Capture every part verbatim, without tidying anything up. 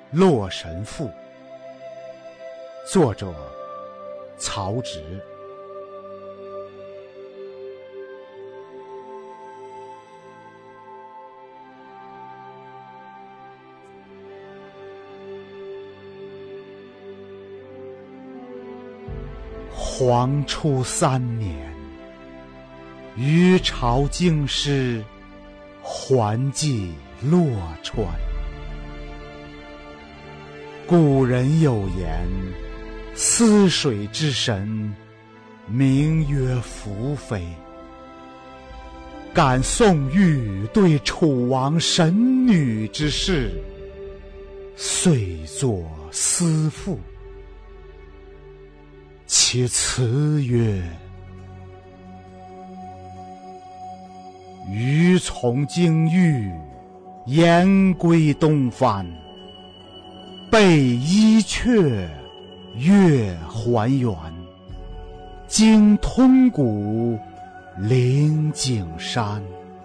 洛神赋》，作者曹植。黄初三年，余朝京师，还寄洛川。古人有言，思水之神，名曰宓妃。感宋玉对楚王神女之事，遂作思赋。其词曰：余从京域，言归东藩。背伊阙，月还原。经通古，临景山。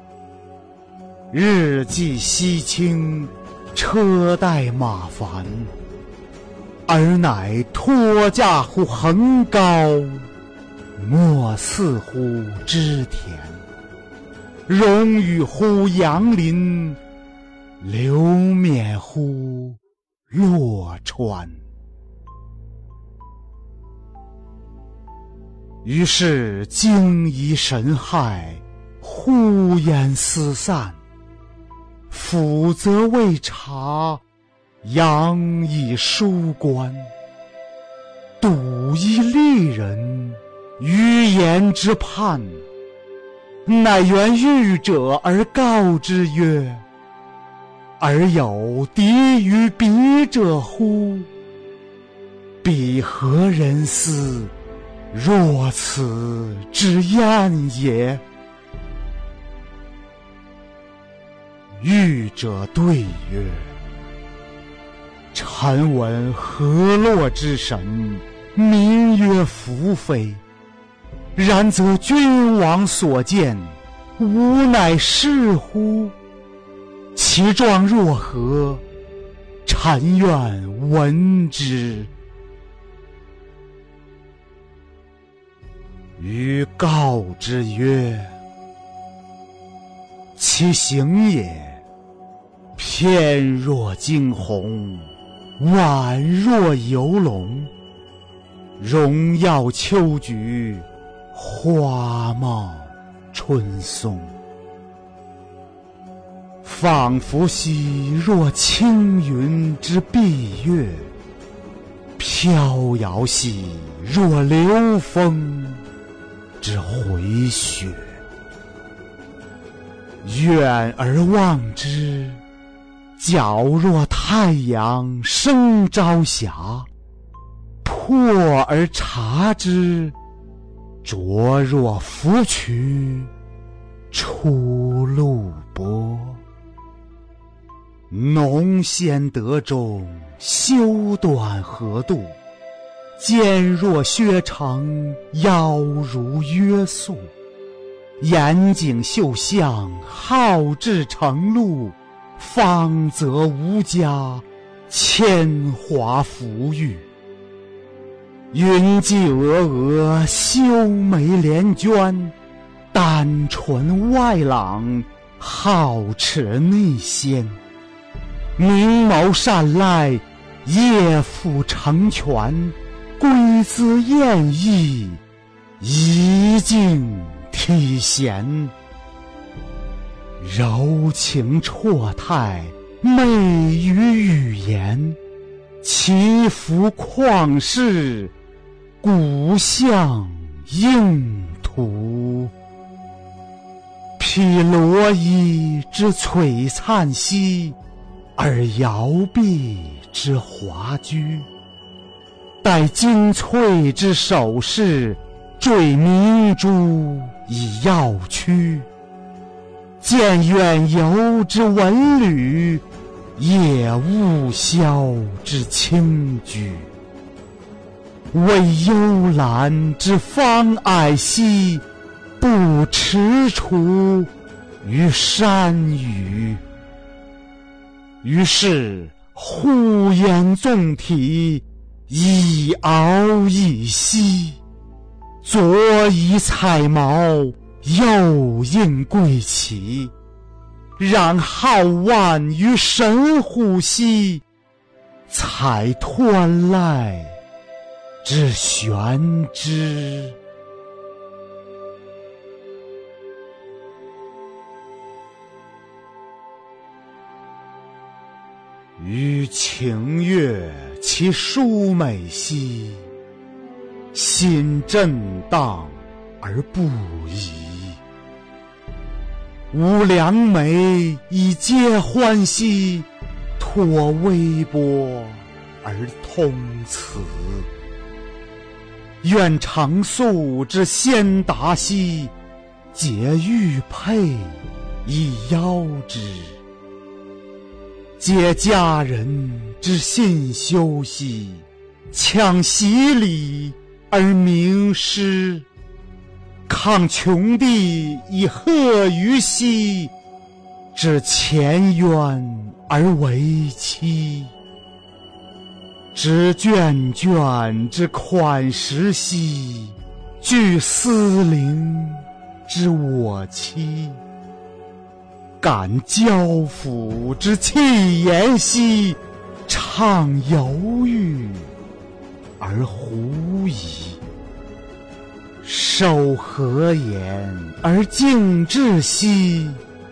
日既西倾，车带马烦。尔乃托驾乎衡高，莫似乎织田。荣辱乎杨林，留冕乎洛川。于是惊疑神骇，呼焉思散。辅则未察，扬以书观。笃依利人，于言之叛。乃原狱者而告之曰：尔有敌于彼者乎？彼何人思？若此之晏也。狱者对曰：臣闻河洛之神，名曰宓妃。然则君王所见，吾乃是乎？其状若何？臣愿闻之。余告之曰：其形也，翩若惊鸿，宛若游龙。荣耀秋菊，花茂春松。仿佛兮若轻云之蔽月，飘摇兮若流风之回雪。远而望之，皎若太阳升朝霞；破而察之，灼若芙蕖出露波。浓鲜德中，修短合度。肩若削成，腰如约束。严谨秀相，好志成路。方则无家，铅华浮玉。云髻峨峨，修眉连娟。丹唇外朗，皓齿内鲜。明眸善睐，夜复成全。归姿艳逸，仪静体闲。柔情绰态，媚于语言。其服旷世，骨相应图。披罗衣之璀璨兮，而摇臂之华居。戴金翠之首饰，缀明珠以耀躯。见远游之文旅，夜雾消之清居。为幽兰之芳霭兮，不踟蹰于山隅。于是呼延纵体，一敖一溪。左以彩毛，右应桂旗。让浩万于神乎兮，采湍赖之玄之。予晴月其殊美兮，心震荡而不移。吾良美以皆欢兮，托微波而通辞。愿长素之先达兮，结玉佩以邀之。皆佳人之信修兮，强袭礼而明师。抗穷地以贺于兮，知前冤而为期。知卷卷之款识兮，具思陵之我妻。感交府之气言兮，畅犹豫而狐疑。受和言而敬志兮，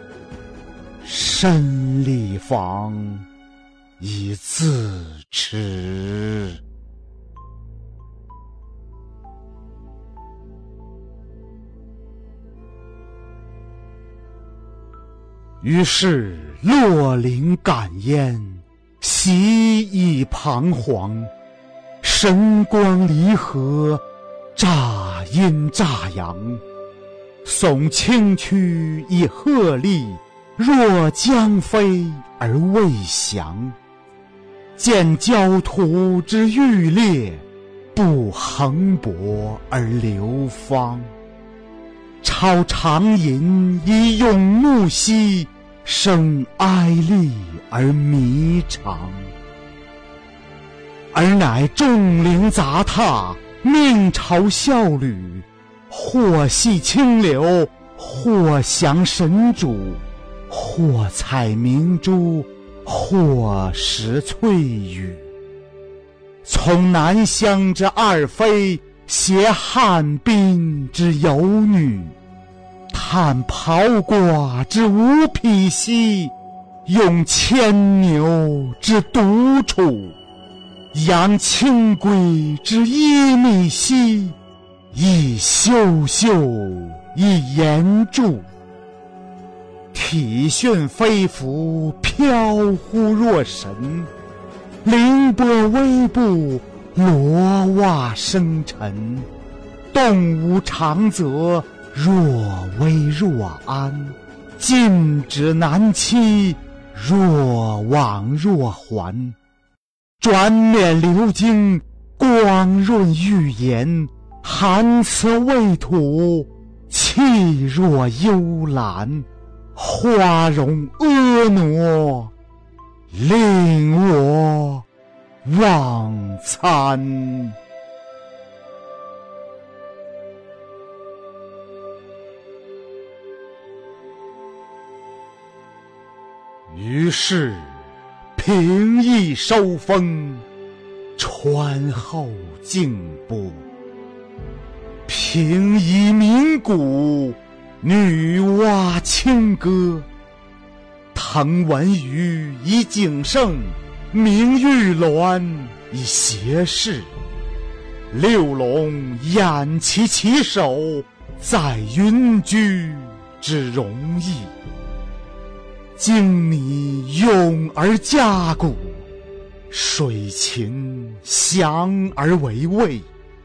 身立防以自持。于是落灵感焉，习以彷徨。神光离合，乍阴乍阳。耸清躯以鹤立，若将飞而未降。见焦土之欲裂，不横搏而流芳。超长吟以咏怒兮，生哀厉而弥长。而乃众灵杂沓，命朝效履。或系清流，或降神主，或采明珠，或食翠羽。从南乡之二妃，携汉滨之游女。探袍褂之无匹兮，用牵牛之独处。扬清规之衣密兮，以修修以言注。体训飞服，飘忽若神。凌波微步，罗袜生尘。动无常则，若危若安。进止难期，若往若还。转冕流经，光润欲言。含此未吐，气若幽兰。花容婀娜，令我忘餐。于是平易收风，川后静波。平以鸣鼓，女娲清歌。滕文于以景盛，明玉鸾以谐事。六龙掩其其首，在云居之容易。荆拟咏而嘉鼓，水禽翔而为卫。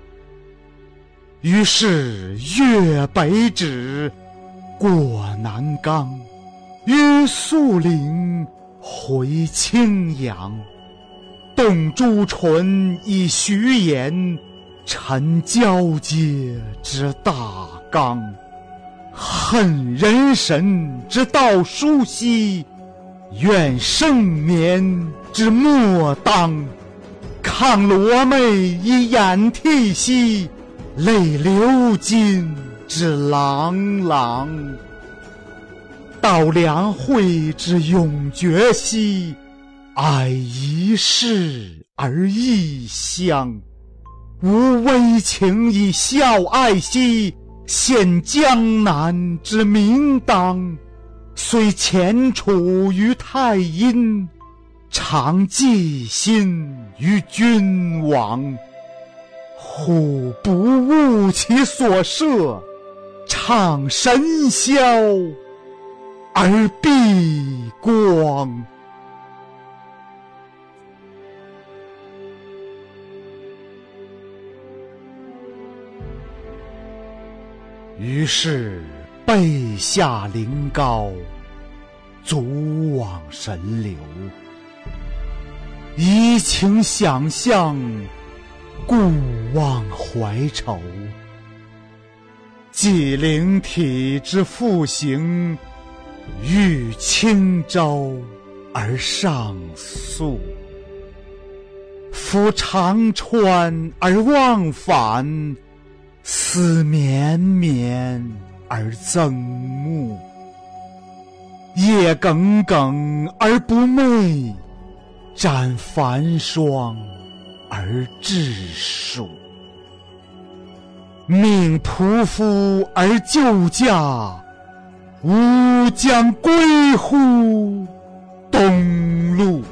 于是越北止，过南冈，于肃陵，回青阳。动朱唇以徐言，陈交阶之大纲。恨人神之道书兮， 愿盛年之末当，抗罗眉以掩涕兮，泪流尽之朗朗。悼两会之永绝兮，哀一世而异乡。无微情以孝爱兮，献江南之明当。虽前处于太阴，常寄心于君王。忽不误其所设，唱神霄而避光。于是背下临高，足往神流。移情想象，故忘怀愁。既灵体之复行，欲轻舟而上溯。夫长川而忘返，思绵绵而增暮。夜耿耿而不寐，沾繁霜而致暑。命仆夫而救驾，吾将归乎东路。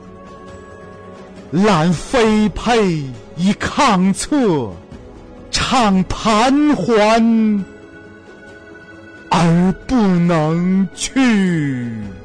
揽飞佩以抗策，唱盘桓而不能去。